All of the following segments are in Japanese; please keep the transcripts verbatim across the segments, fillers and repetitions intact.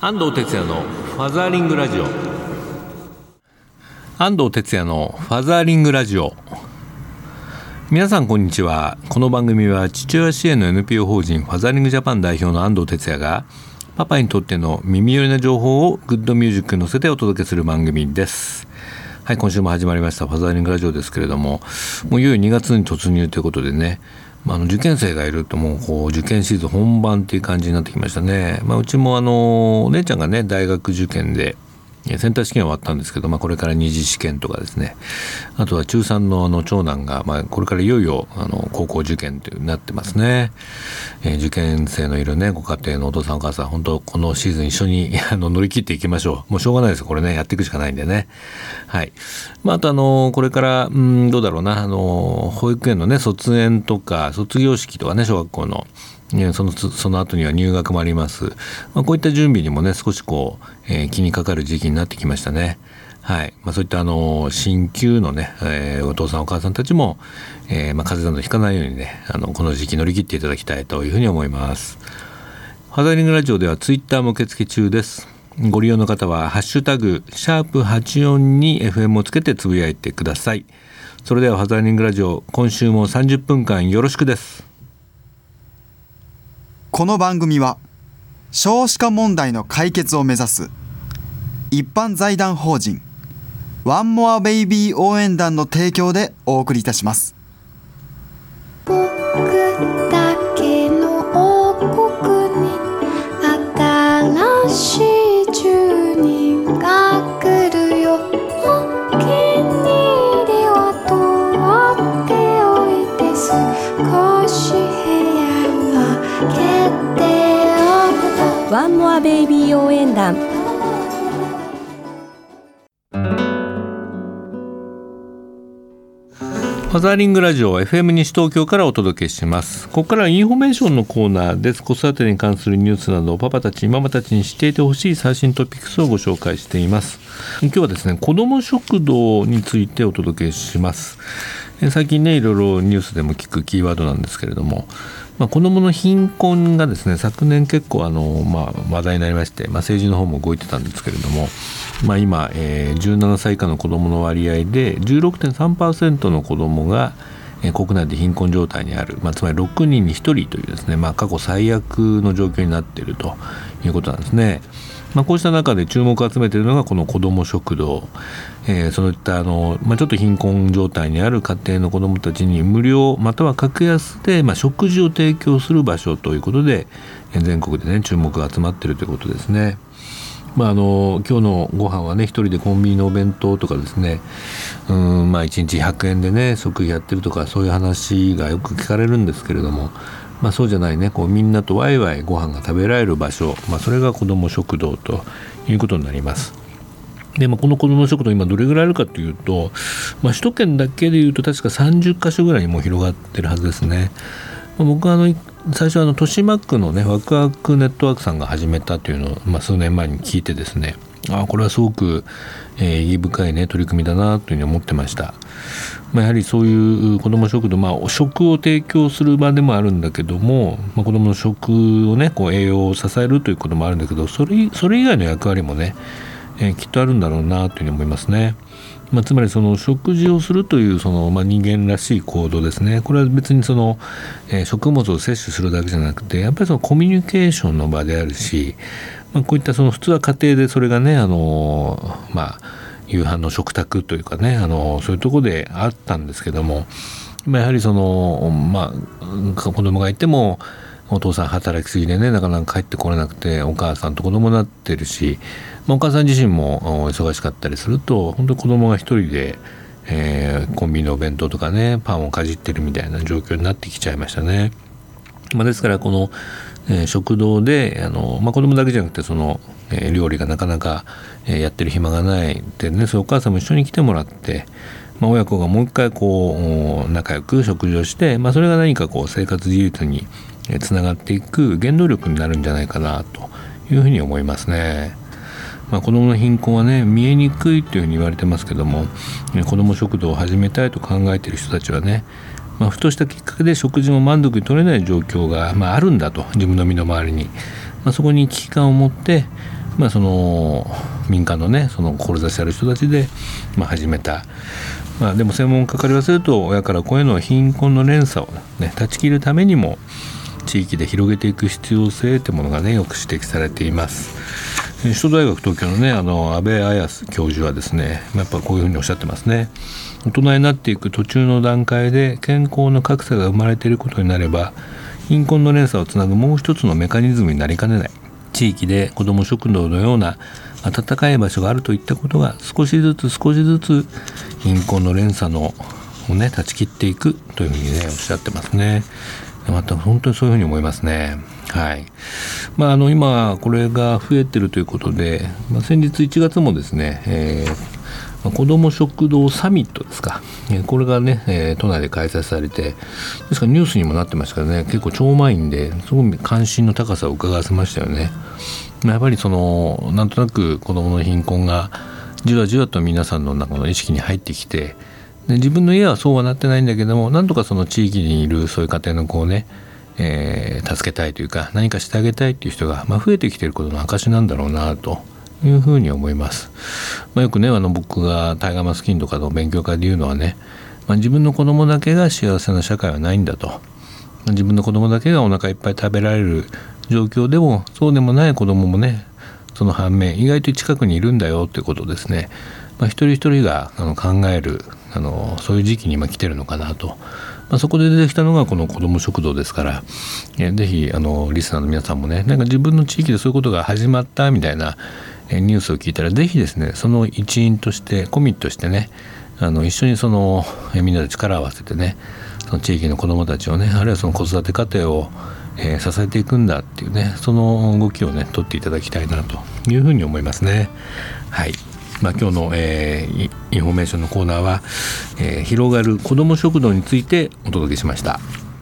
安藤哲也のファザーリングラジオ。安藤哲也のファザーリングラジオ。皆さんこんにちは。この番組は父親支援の エヌピーオー 法人ファザーリングジャパン代表の安藤哲也がパパにとっての耳寄りな情報をグッドミュージックに乗せてお届けする番組です。はい、今週も始まりましたファザーリングラジオですけれども、もういよいよにがつに突入ということでね、まあ、あの受験生がいるともうこう受験シーズン本番っていう感じになってきましたね。まあ、うちもあのお姉ちゃんがね大学受験でセンター試験は終わったんですけど、まあ、これから二次試験とかですね、あとは中さん の, あの長男が、まあ、これからいよいよあの高校受験というなってますね。えー、受験生のいるねご家庭のお父さんお母さん、本当このシーズン一緒にあの乗り切っていきましょう。もうしょうがないですよこれね、やっていくしかないんでね。はい。まあ、あとあのこれからうんどうだろうな、あの保育園のね卒園とか卒業式とかね、小学校のその、その後には入学もあります。まあ、こういった準備にもね少しこう、えー、気にかかる時期になってきましたね。はい。まあ、そういったあの進級のね、えー、お父さんお母さんたちも、えーまあ、風邪などひかないようにね、あのこの時期乗り切っていただきたいというふうに思います。ファザーリングラジオではツイッターも受付中です。ご利用の方はハッシュタグシャープはちよんに エフエム をつけてつぶやいてください。それではファザーリングラジオ、今週もさんじゅっぷんかんよろしくです。 この番組は少子化問題の解決を目指す一般財団法人ワンモアベイビー応援団の提供でお送りいたします。 僕だけの王国に新しい住人が来るよ。お気に入りは取っておいて、少し部屋は決定を。 ワンモアベイビー応援団。 ファザーリングラジオ エフエム 西東京からお届けします。ここからはインフォメーションのコーナーです。子育てに関するニュースなどパパたちママたちに知っていてほしい最新トピックスをご紹介しています。今日はですね、子ども食堂についてお届けします。最近ねいろいろニュースでも聞くキーワードなんですけれども、まあ、子どもの貧困がですね昨年結構あの、まあ、話題になりまして、まあ、政治の方も動いてたんですけれども、まあ、今、えー、じゅうななさい以下の子どもの割合で じゅうろくてんさんパーセント の子どもが、えー、国内で貧困状態にある、まあ、つまりろくにんにひとりというですね、まあ、過去最悪の状況になっているということなんですね。まあ、こうした中で注目を集めているのがこの子ども食堂、えー、そういったあの、まあ、ちょっと貧困状態にある家庭の子どもたちに無料または格安で、まあ、食事を提供する場所ということで、えー、全国でね注目が集まっているということですね。まあ、あの今日のご飯はね一人でコンビニのお弁当とかですね、うーん、まあ、いちにちひゃくえんでね食費やってるとかそういう話がよく聞かれるんですけれども、まあ、そうじゃないねこうみんなとワイワイご飯が食べられる場所、まあ、それが子ども食堂ということになります。で、まあ、この子ども食堂今どれぐらいあるかというと、まあ、首都圏だけでいうと確かさんじゅっかしょぐらいにもう広がってるはずですね。まあ、僕はあの最初はあの豊島区のねワクワクネットワークさんが始めたというのを、まあ、数年前に聞いてですね、あこれはすごく、えー、意義深いね取り組みだなというふうに思ってました。まあ、やはりそういう子ども食堂、まあ、食を提供する場でもあるんだけども、まあ、子どもの食をねこう栄養を支えるということもあるんだけど、それ、それ以外の役割もね、えー、きっとあるんだろうなというふうに思いますね。まあ、つまりその食事をするというその、まあ、人間らしい行動ですね。これは別にその、えー、食物を摂取するだけじゃなくてやっぱりそのコミュニケーションの場であるし、まあ、こういったその普通は家庭でそれがねあのー、まあ夕飯の食卓というかね、あのー、そういうところであったんですけども、まあ、やはりそのまあ子供がいてもお父さん働きすぎでねなかなか帰ってこれなくてお母さんと子供になってるし、まあ、お母さん自身も忙しかったりすると本当に子供が一人で、えー、コンビニのお弁当とかねパンをかじってるみたいな状況になってきちゃいましたね。まあ、ですからこの、えー、食堂であの、まあ、子供だけじゃなくてその、えー、料理がなかなか、えー、やってる暇がないってね、そういうお母さんも一緒に来てもらって、まあ、親子がもう一回こう仲良く食事をして、まあ、それが何かこう生活自立につながっていく原動力になるんじゃないかなというふうに思いますね。まあ、子どもの貧困はね見えにくいというふうに言われてますけども、子ども食堂を始めたいと考えている人たちはね、まあ、ふとしたきっかけで食事も満足に取れない状況が、まあ、あるんだと自分の身の回りに、まあ、そこに危機感を持って、 まあ、その民間のねその志ある人たちで、まあ、始めた、まあ、でも専門家から言わせると親から子への貧困の連鎖を、ね、断ち切るためにも地域で広げていく必要性というものがねよく指摘されています。首都大学東京のねあの安倍綾教授はですねやっぱこういうふうにおっしゃってますね。大人になっていく途中の段階で健康の格差が生まれていることになれば貧困の連鎖をつなぐもう一つのメカニズムになりかねない。地域で子ども食堂のような温かい場所があるといったことが少しずつ少しずつ貧困の連鎖のをね断ち切っていくというふうにねおっしゃってますね。また本当にそういうふうに思いますね。はい。まああの今これが増えてるということで、まあ、先日いちがつもですね、えー子ども食堂サミットですか、これがね、えー、都内で開催されて、ですからニュースにもなってましたからね、結構超満員ですごく関心の高さを伺わせましたよね。やっぱりそのなんとなく子どもの貧困がじわじわと皆さんの中の意識に入ってきて、で自分の家はそうはなってないんだけども、なんとかその地域にいるそういう家庭の子をね、えー、助けたいというか何かしてあげたいという人が、まあ、増えてきていることの証なんだろうなというふうに思います。まあ、よくねあの僕がタイガーマスキンとかの勉強会で言うのはね、まあ、自分の子供だけが幸せな社会はないんだと、自分の子供だけがお腹いっぱい食べられる状況でもそうでもない子供もねその反面意外と近くにいるんだよということですね。まあ、一人一人があの考えるあのそういう時期に今来てるのかなと、まあ、そこで出てきたのがこの子ども食堂ですから、えぜひあのリスナーの皆さんもねなんか自分の地域でそういうことが始まったみたいなニュースを聞いたらぜひですねその一員としてコミットしてねあの一緒にそのえみんなで力を合わせてねその地域の子どもたちをねあるいはその子育て家庭を、えー、支えていくんだっていうねその動きをね取っていただきたいなというふうに思いますね。はい。まあ、今日の、えー、インフォメーションのコーナーは、えー、広がる子ども食堂についてお届けしました。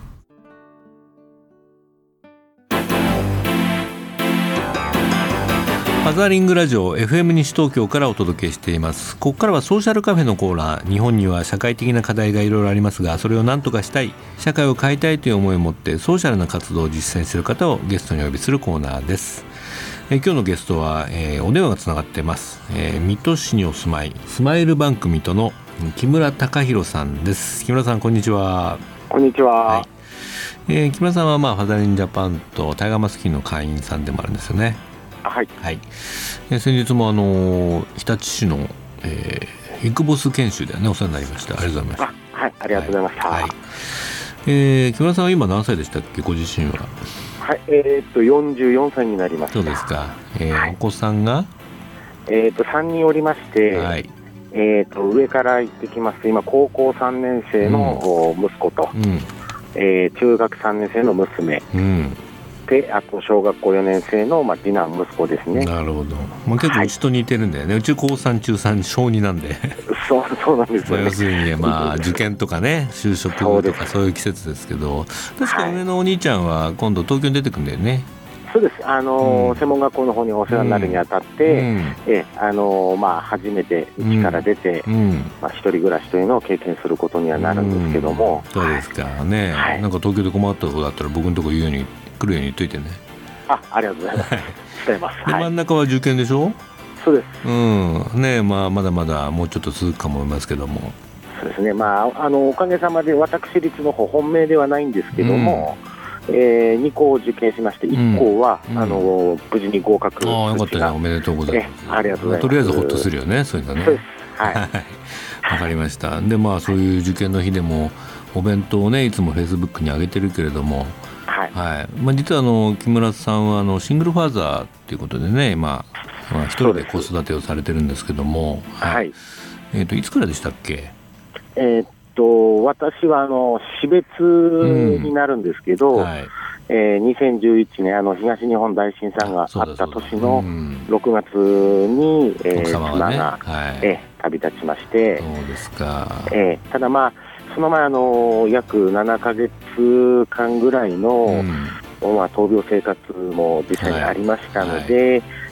ファザーリングラジオ エフエム 西東京からお届けしています。ここからはソーシャルカフェのコーナー。日本には社会的な課題がいろいろありますがそれを何とかしたい社会を変えたいという思いを持ってソーシャルな活動を実践している方をゲストにお呼びするコーナーです。え今日のゲストは、えー、お電話がつながっています、えー、水戸市にお住まいスマイルバンク水戸の木村隆弘さんです。木村さんこんにちは。 こんにちは、 はいえー、木村さんは、まあ、ファザーリングジャパンとタイガーマスキンの会員さんでもあるんですよね。 はい、 はいえー、先日もあの日立市の、えー、ビッグボス研修で、ね、お世話になりました。ありがとうございました。 あ、はい、ありがとうございました。 はいはいえー、木村さんは今何歳でしたっけご自身は。 はい、えー、っとよんじゅうよんさいになりました。 そうですか、えーはい、 お子さんが、 えー、っとさんにんおりまして、はいえー、っと上から行ってきますと今高校さんねん生の息子と、うんえー、中学さんねん生の娘、うんであと小学校よねん生の、まあ、次男息子ですね。 なるほど、まあ、結構うちと似てるんだよね、はい、うち高さん中さん小になんでそうそうなんですよね。 要するに、まあ、受験とかね就職とかそういう季節ですけど確か上のお兄ちゃんは今度東京に出てくるんだよね。 そうです、あのーうん、専門学校の方にお世話になるにあたって、うんえあのーまあ、初めてうちから出て、うんまあ、一人暮らしというのを経験することにはなるんですけども、 うん、そうですかね、はい、なんか東京で困ったことだったら僕のところ言うように来るように言っといてね。 あ、ありがとうございます。伝えます。 で、真ん中は受験でしょ。 そうです。 うんねまあ、まだまだもうちょっと続くかも思いますけども。 そうですね、まあ、あのおかげさまで私立の方本命ではないんですけども、うんえー、に校受験しましていっ校は、うん、あの無事に合格。 ああよかったね、おめでとうございます。 ありがとうございます。 とりあえずほっとするよねそういうのね。 そうです、はいわかりました。でまあそういう受験の日でもお弁当をねいつもフェイスブックに上げてるけれども、はいはいまあ、実はあの木村さんはあのシングルファーザーということでね今、まあ、一人で子育てをされてるんですけども、はいはいえー、といつからでしたっけ。 えー、っと私はあの死別になるんですけど、うんはいえー、にせんじゅういちねんあの東日本大震災があった年のろくがつに、えー、妻が、ねはいえー、旅立ちまして。 そうですか、 えー、ただまあその前あの約ななかげつかんぐらいの、うんまあ、闘病生活も実際にありましたので、はいはい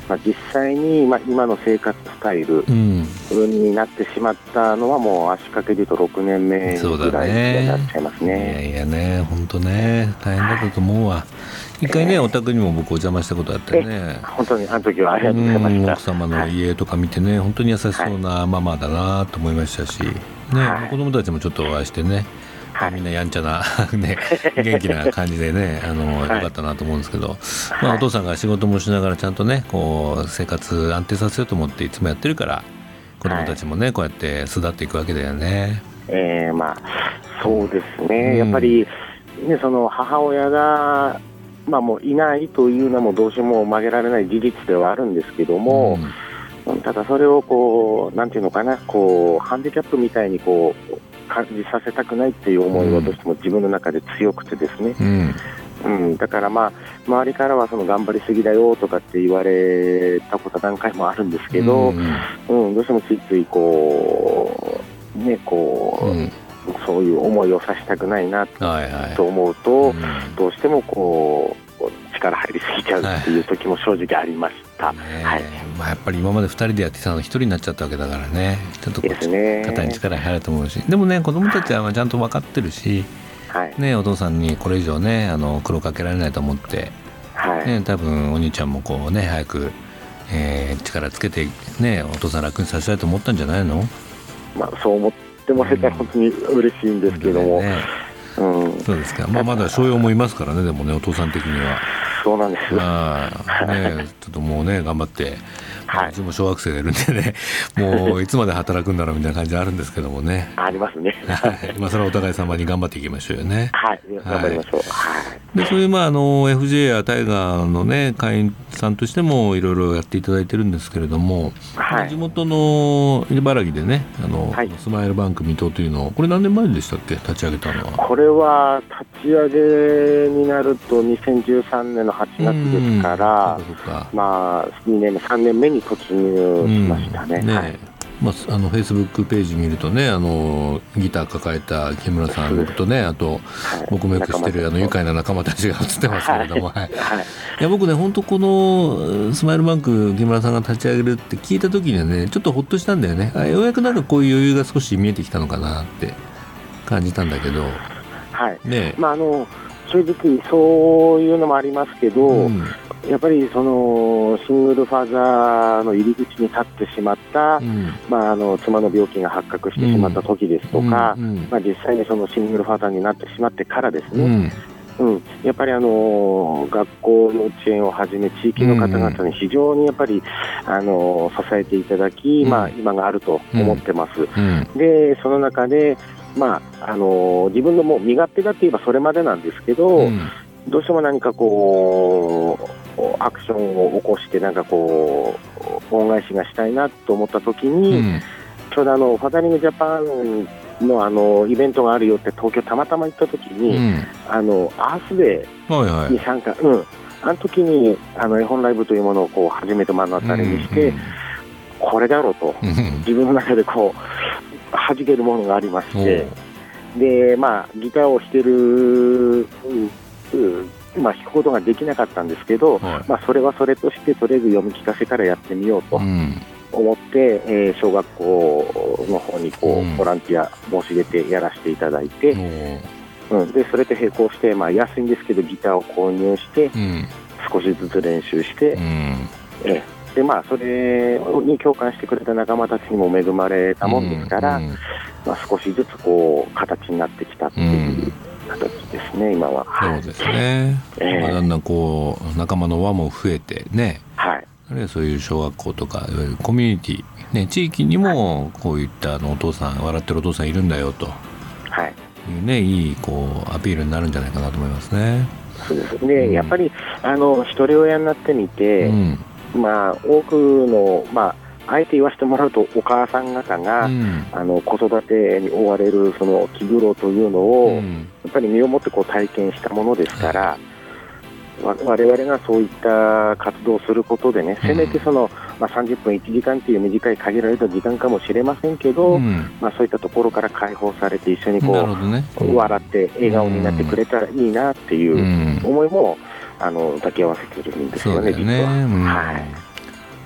まあ、実際に、まあ、今の生活スタイルになってしまったのはもう足掛けで言うとろくねんめぐらいになっちゃいますね。 いやいやね、本当ね大変だったと思うわ。一回ね、えー、お宅にも僕お邪魔したことあってね、 本当にあの時はありがとうございました。 奥様の家とか見てね、はい、本当に優しそうなママだなと思いましたし、ね、はい、子供たちもちょっとお会いしてね、はい、みんなやんちゃな、ね、元気な感じでねあの、はい、よかったなと思うんですけど、まあ、お父さんが仕事もしながらちゃんとねこう生活安定させようと思っていつもやってるから子供たちもね、はい、こうやって巣立っていくわけだよね。 えー、まあそうですね、うん、やっぱり、ね、その母親がまあ、もういないというのもどうしても曲げられない事実ではあるんですけども、うん、ただそれをこうなんていうのかな、こうハンディキャップみたいにこう感じさせたくないっていう思いはどうしても自分の中で強くてですね、うんうん、だからまあ周りからはその頑張りすぎだよとかって言われたことは何回もあるんですけど、うんうん、どうしてもついついこうねこう、うんそういう思いをさせたくないなと思うと、はいはい、どうしてもこう力入りすぎちゃうっていう時も正直ありました、はいはい、 まあ、やっぱり今までふたりでやってたのひとりになっちゃったわけだからね、ちょっとこう、ね、肩に力入ると思うし、でもね子供たちはちゃんと分かってるし、はいね、お父さんにこれ以上ねあの苦労かけられないと思って、はいね、多分お兄ちゃんもこうね早く、えー、力つけて、ね、お父さん楽にさせたいと思ったんじゃないの。 まあ、そう思ってでもらえたら本当に嬉しいんですけども、うんねうん、そうですか、まあ、まだ所用もいますからね、でもねお父さん的には。 そうなんですよ、 あ、ね、ちょっともうね頑張って、はい、うちも小学生がいるんでねもういつまで働くんだろうみたいな感じあるんですけどもねありますねまあそれはお互い様に頑張っていきましょうよね。 はい、頑張りましょう、はい、 でそういうまああの エフジェー やタイガーのね会員さんとしてもいろいろやっていただいてるんですけれども、はい、地元の茨城でねあの、はい、スマイルバンク水戸というのをこれ何年前でしたっけ立ち上げたのは。 これは立ち上げになるとにせんじゅうさんねんのはちがつですから、まあにねんめさんねんめに突入しましたね。ね、はい、 まあ、あのフェイスブックページ見るとねあのギター抱えた木村さんとねあと、はい、僕もよく知ってるあの愉快な仲間たちが映ってますけれども、はいはい、いや僕ね本当このスマイルバンク木村さんが立ち上げるって聞いた時にはねちょっとほっとしたんだよね。あようやくなんかこういう余裕が少し見えてきたのかなって感じたんだけど、 はいね、まああの正直そういうのもありますけど、うん、やっぱりそのシングルファザーの入り口に立ってしまった、うんまあ、あの妻の病気が発覚してしまった時ですとか、うんうんまあ、実際にそのシングルファザーになってしまってからですね、うんうん、やっぱりあの学校幼稚園をはじめ地域の方々に非常にやっぱりあの支えていただき、うんまあ、今があると思ってます、うんうん、でその中でまああのー、自分のもう身勝手だって言えばそれまでなんですけど、うん、どうしても何かこうアクションを起こしてなんかこう恩返しがしたいなと思った時に、うん、ちょうどあのファザリングジャパンのあのイベントがあるよって東京たまたま行った時に、うん、あのアースデーに参加、はいはいうん、あの時にあの絵本ライブというものをこう初めて目の当たりにして、うんうん、これだろうと、うん、自分の中でこう弾けるものがありまして、で、まあ、ギターを弾ける、まあ、弾くことができなかったんですけど、はいまあ、それはそれとしてとりあえず読み聞かせからやってみようと思って、うんえー、小学校の方にこう、うん、ボランティア申し出てやらせていただいて、うん、でそれと並行して、まあ、安いんですけどギターを購入して、うん、少しずつ練習して、うんえーでまあ、それに共感してくれた仲間たちにも恵まれたもんですから、うんうんまあ、少しずつこう形になってきたっていう形ですね、うん、今は。 そうですね、えーまあ、だんだんこう仲間の輪も増えてね、はい、あるいはそういう小学校とかいわゆるコミュニティ、ね、地域にもこういったあのお父さん笑ってるお父さんいるんだよと、はいいうね、いいこうアピールになるんじゃないかなと思いますね。 そうですね、うん、やっぱりあの一人親になってみて、うんまあ、多くの、まあ、あえて言わせてもらうとお母さん方が、うん、あの子育てに追われるその気苦労というのを、うん、やっぱり身をもってこう体験したものですから、はい、我々がそういった活動をすることでね、せめてその、まあ、さんじゅっぷんいちじかんという短い限られた時間かもしれませんけど、うんまあ、そういったところから解放されて一緒にこう、ね、笑って笑顔になってくれたらいいなっていう思いも、うんあの抱き合わせてるんですよね、実は、うんはい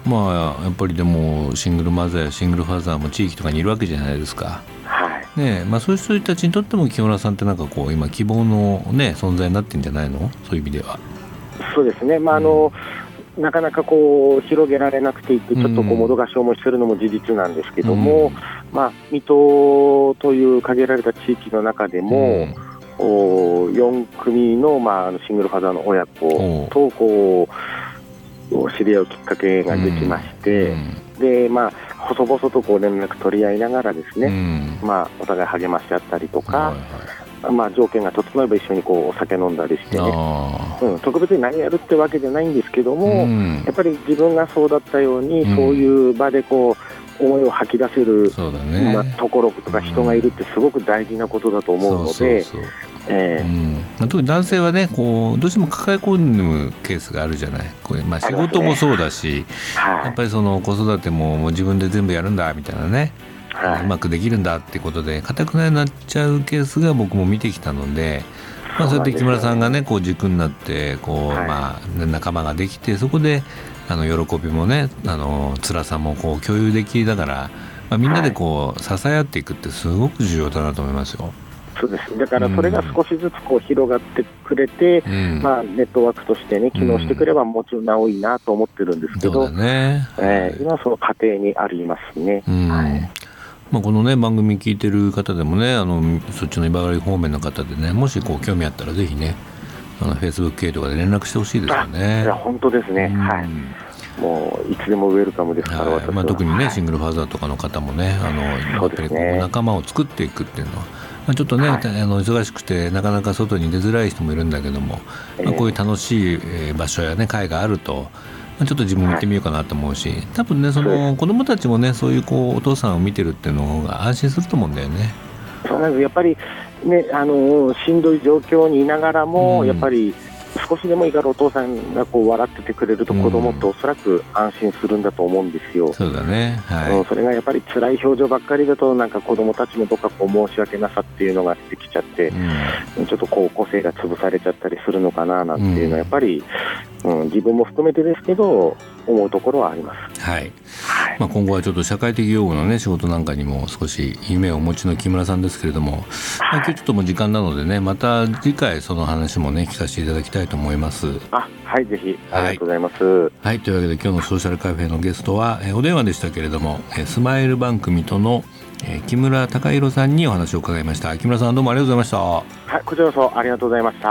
まあやっぱりでもシングルマザーやシングルファーザーも地域とかにいるわけじゃないですか。 はいねえ、まあ、そういう人たちにとっても木村さんってなんかこう今希望の、ね、存在になってるんじゃないの、そういう意味では。 そうですね、まああのうん、なかなかこう広げられなくていてちょっとこうもどかしい思いしてるのも事実なんですけども、うん、まあ、水戸という限られた地域の中でも、うん、よん組の、まあ、シングルファザーの親子とこう知り合うきっかけができまして、うん、でまあ、細々とこう連絡取り合いながらですね、うん、まあ、お互い励まし合ったりとか、はいはい、まあ、条件が整えば一緒にこうお酒飲んだりしてね、うん、特別に何やるってわけじゃないんですけども、うん、やっぱり自分がそうだったように、うん、そういう場でこう思いを吐き出せる、ね、まあ、ところとか人がいるってすごく大事なことだと思うので、えーうんまあ、特に男性はねこうどうしても抱え込むケースがあるじゃない。これ、まあ、仕事もそうだし、はい、やっぱりその子育ても、もう自分で全部やるんだみたいなね、はい、うまくできるんだっていうことで固くなっちゃうケースが僕も見てきたので、まあ、そうやって木村さんがねこう軸になってこう、はい、まあ、仲間ができてそこであの喜びもねあの辛さもこう共有できだから、まあ、みんなでこう支え合っていくってすごく重要だなと思いますよ。 そうです。だからそれが少しずつこう広がってくれて、うん、まあ、ネットワークとしてね機能してくればもちろんなおいなと思ってるんですけど、 そうだね、 えー、今その過程にありますね、うん、はい。 まあ、このね番組聞いてる方でもねあのそっちの茨城方面の方でねもしこう興味あったらぜひねあの Facebook 系とかで連絡してほしいですよね。 いや本当ですね、うん、はい。もういつでもウェルカムですから、はい、私は、まあ、 特にね、はい、シングルファーザーとかの方もねあのやっぱりこう仲間を作っていくっていうのは、まあ、ちょっとね、はい、あの忙しくてなかなか外に出づらい人もいるんだけども、まあ、こういう楽しい場所やね会があるとちょっと自分も行ってみようかなと思うし、はい、多分ねその子どもたちもねそういうこうお父さんを見てるっていうのが安心すると思うんだよね。 そうなんです。やっぱりねあのしんどい状況にいながらも、うん、やっぱり少しでもいいからお父さんがこう笑っててくれると子供っておそらく安心するんだと思うんですよ、うん、 そうだね、はい、 うん、それがやっぱり辛い表情ばっかりだとなんか子供たちもどっかこう申し訳なさっていうのが出てきちゃって、うん、ちょっとこう個性が潰されちゃったりするのかななんていうのはやっぱり、うんうん、自分も含めてですけど思うところはあります、 はい、はい。まあ、今後はちょっと社会的養護の、ね、仕事なんかにも少し夢をお持ちの木村さんですけれども、はい、まあ、今日ちょっともう時間なのでねまた次回その話もね聞かせていただきたいと思います。 あ、はい、ぜひありがとうございます、 はいはい、というわけで今日のソーシャルカフェのゲストは、えー、お電話でしたけれどもスマイルバンク水戸の、えー、木村貴弘さんにお話を伺いました。木村さんどうもありがとうございました。 はい、こちらこそありがとうございました。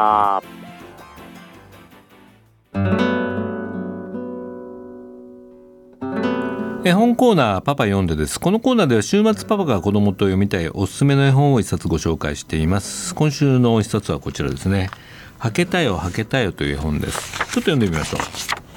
絵本コーナーパパ読んでです。このコーナーでは週末パパが子供と読みたいおすすめの絵本を一冊ご紹介しています。今週の一冊はこちらですね。はけたよはけたよという絵本です。ちょっと読んでみましょう。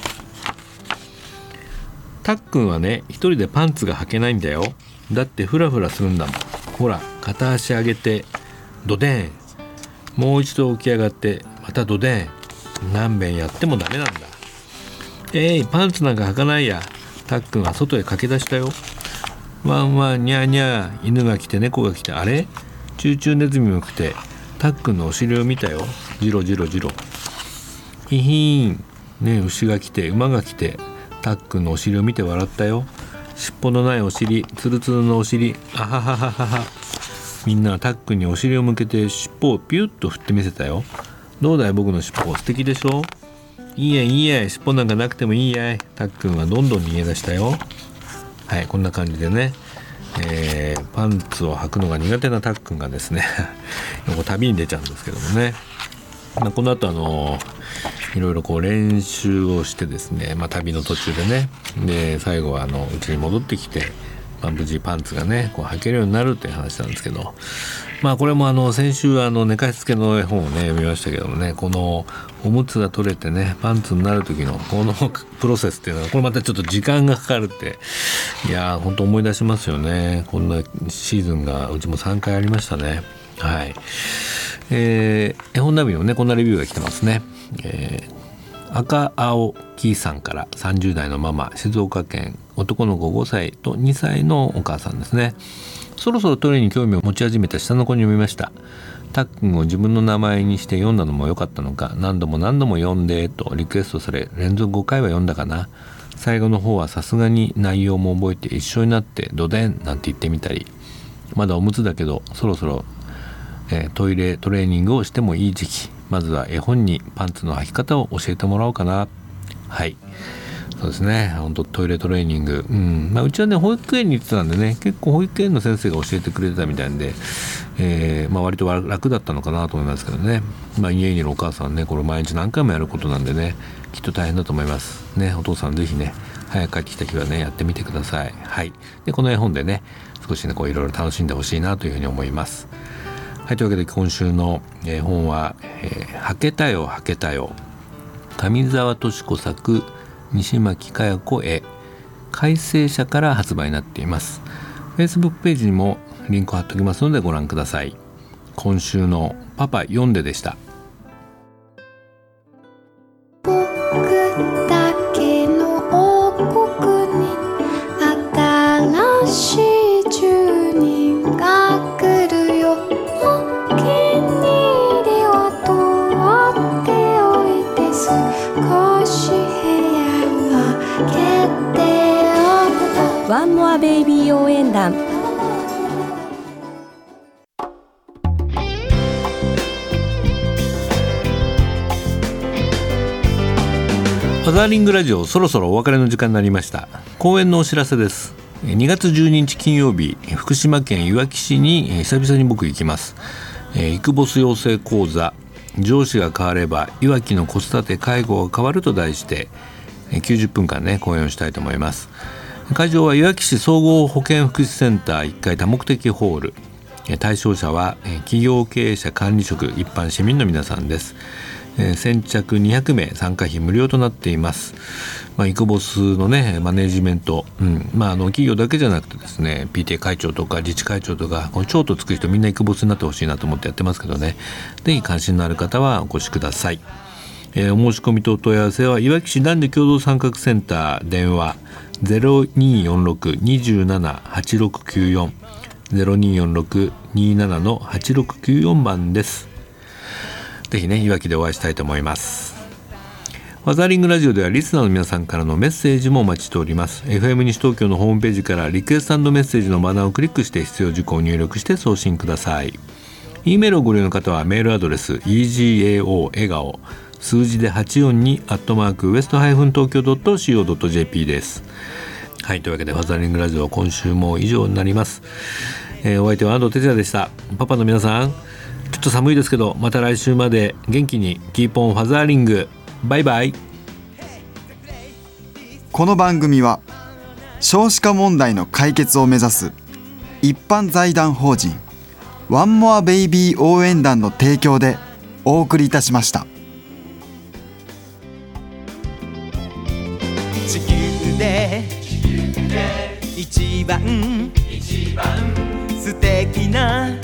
たっくんはね一人でパンツが履けないんだよ。だってフラフラするんだもん。ほら片足上げてドデーン、もう一度起き上がってまたドデーン、何遍やってもダメなんだ。えいパンツなんか履かないや。たっくんは外へ駆け出したよ。ワンワンニャーニャー、犬が来て猫が来て、あれチューチューネズミも来てたっくんのお尻を見たよ。ジロジロジロ。ヒヒーン、ねえ牛が来て馬が来てたっくんのお尻を見て笑ったよ。尻尾のないお尻、ツルツルのお尻、あははははは。みんなはたっくんにお尻を向けて尻尾をピュッと振ってみせたよ。どうだい僕の尻尾、素敵でしょ。いいやいいや、尻尾なんかなくてもいいやい。たっくんはどんどん逃げ出したよ。はい、こんな感じでね、えー、パンツを履くのが苦手なたっくんがですね旅に出ちゃうんですけどもね、まあ、この後あのいろいろこう練習をしてですね、まあ、旅の途中でねで最後はあの家に戻ってきて、まあ、無事パンツがねこう履けるようになるっていう話なんですけど、まあこれもあの先週あの寝かしつけの絵本をね読みましたけどもね、このおむつが取れてねパンツになる時のこのプロセスっていうのはこれまたちょっと時間がかかるって、いやー本当思い出しますよね。こんなシーズンがうちもさんかいありましたね。はい、えー、絵本ナビのねこんなレビューが来てますね。えー、赤青木さんからさんじゅう代のママ、静岡県、男の子ごさいとにさいのお母さんですね。そろそろトイレに興味を持ち始めた下の子に読みました。たっくんを自分の名前にして読んだのも良かったのか、何度も何度も読んでとリクエストされ連続ごかいは読んだかな。 最後の方はさすがに内容も覚えて一緒になってドデンなんて言ってみたり、まだおむつだけどそろそろ、えー、トイレトレーニングをしてもいい時期、まずは絵本にパンツの履き方を教えてもらおうかな。はい、そうですね、本当トイレトレーニング、うんまあ、うちはね保育園に行ってたんでね、結構保育園の先生が教えてくれてたみたいんで、えーまあ、割と楽だったのかなと思いますけどね、まあ、家にいるお母さんね、これ毎日何回もやることなんでね、きっと大変だと思いますね。お父さんぜひね早く帰ってきた日はねやってみてください。はい、でこの絵本でね少しねこういろいろ楽しんでほしいなというふうに思います。はい、というわけで今週の絵本は、えー、はけたよはけたよ、上沢敏子作、西巻佳代子絵、改正社から発売になっています。 Facebook ページにもリンクを貼っておきますのでご覧ください。今週のパパ読んででした。 僕だけの王国に新しい住人が来るよ。お気に入りは取っておいて、少し部屋は決定を。 ワンモアベイビー応援団。 ファザーリングラジオ、そろそろお別れの時間になりました。公演のお知らせです。にがつじゅうににち金曜日、福島県いわき市に久々に僕行きます。イクボス養成講座、上司が変わればいわきの子育て介護が変わると題してきゅうじゅっぷんかんね講演をしたいと思います。会場はいわき市総合保健福祉センターいっかい多目的ホール。対象者は企業経営者、管理職、一般市民の皆さんです。先着にひゃくめい、参加費無料となっています。まあ、イクボスのねマネジメント、うんまあ、あの企業だけじゃなくてですね ピーティー 会長とか自治会長とかこの長とつく人みんなイクボスになってほしいなと思ってやってますけどね、ぜひ関心のある方はお越しください。えー、お申し込みと問い合わせはいわき市男女共同参画センター電話 ゼロにーよんろく にーなな はちろくきゅうよん ゼロにーよんろく にーなな はちろくきゅうよん 番です。ぜひねいわきでお会いしたいと思います。ファザーリングラジオではリスナーの皆さんからのメッセージもお待ちしております。 エフエム 西東京のホームページからリクエスト&メッセージのバナーをクリックして必要事項を入力して送信ください。 E メールをご利用の方はメールアドレス イージーエーオー 笑顔数字ではちよんにアットマークウエストハイフン東京ドットシーオードットジェーピー です。はい、というわけでファザーリングラジオ今週も以上になります。えー、お相手は安藤哲也でした。パパの皆さん、ちょっと寒いですけどまた来週まで元気にキーポンファザーリング。バイバイ。 この番組は少子化問題の解決を目指す一般財団法人ワンモアベイビー応援団の提供でお送りいたしました。 地球で一番素敵な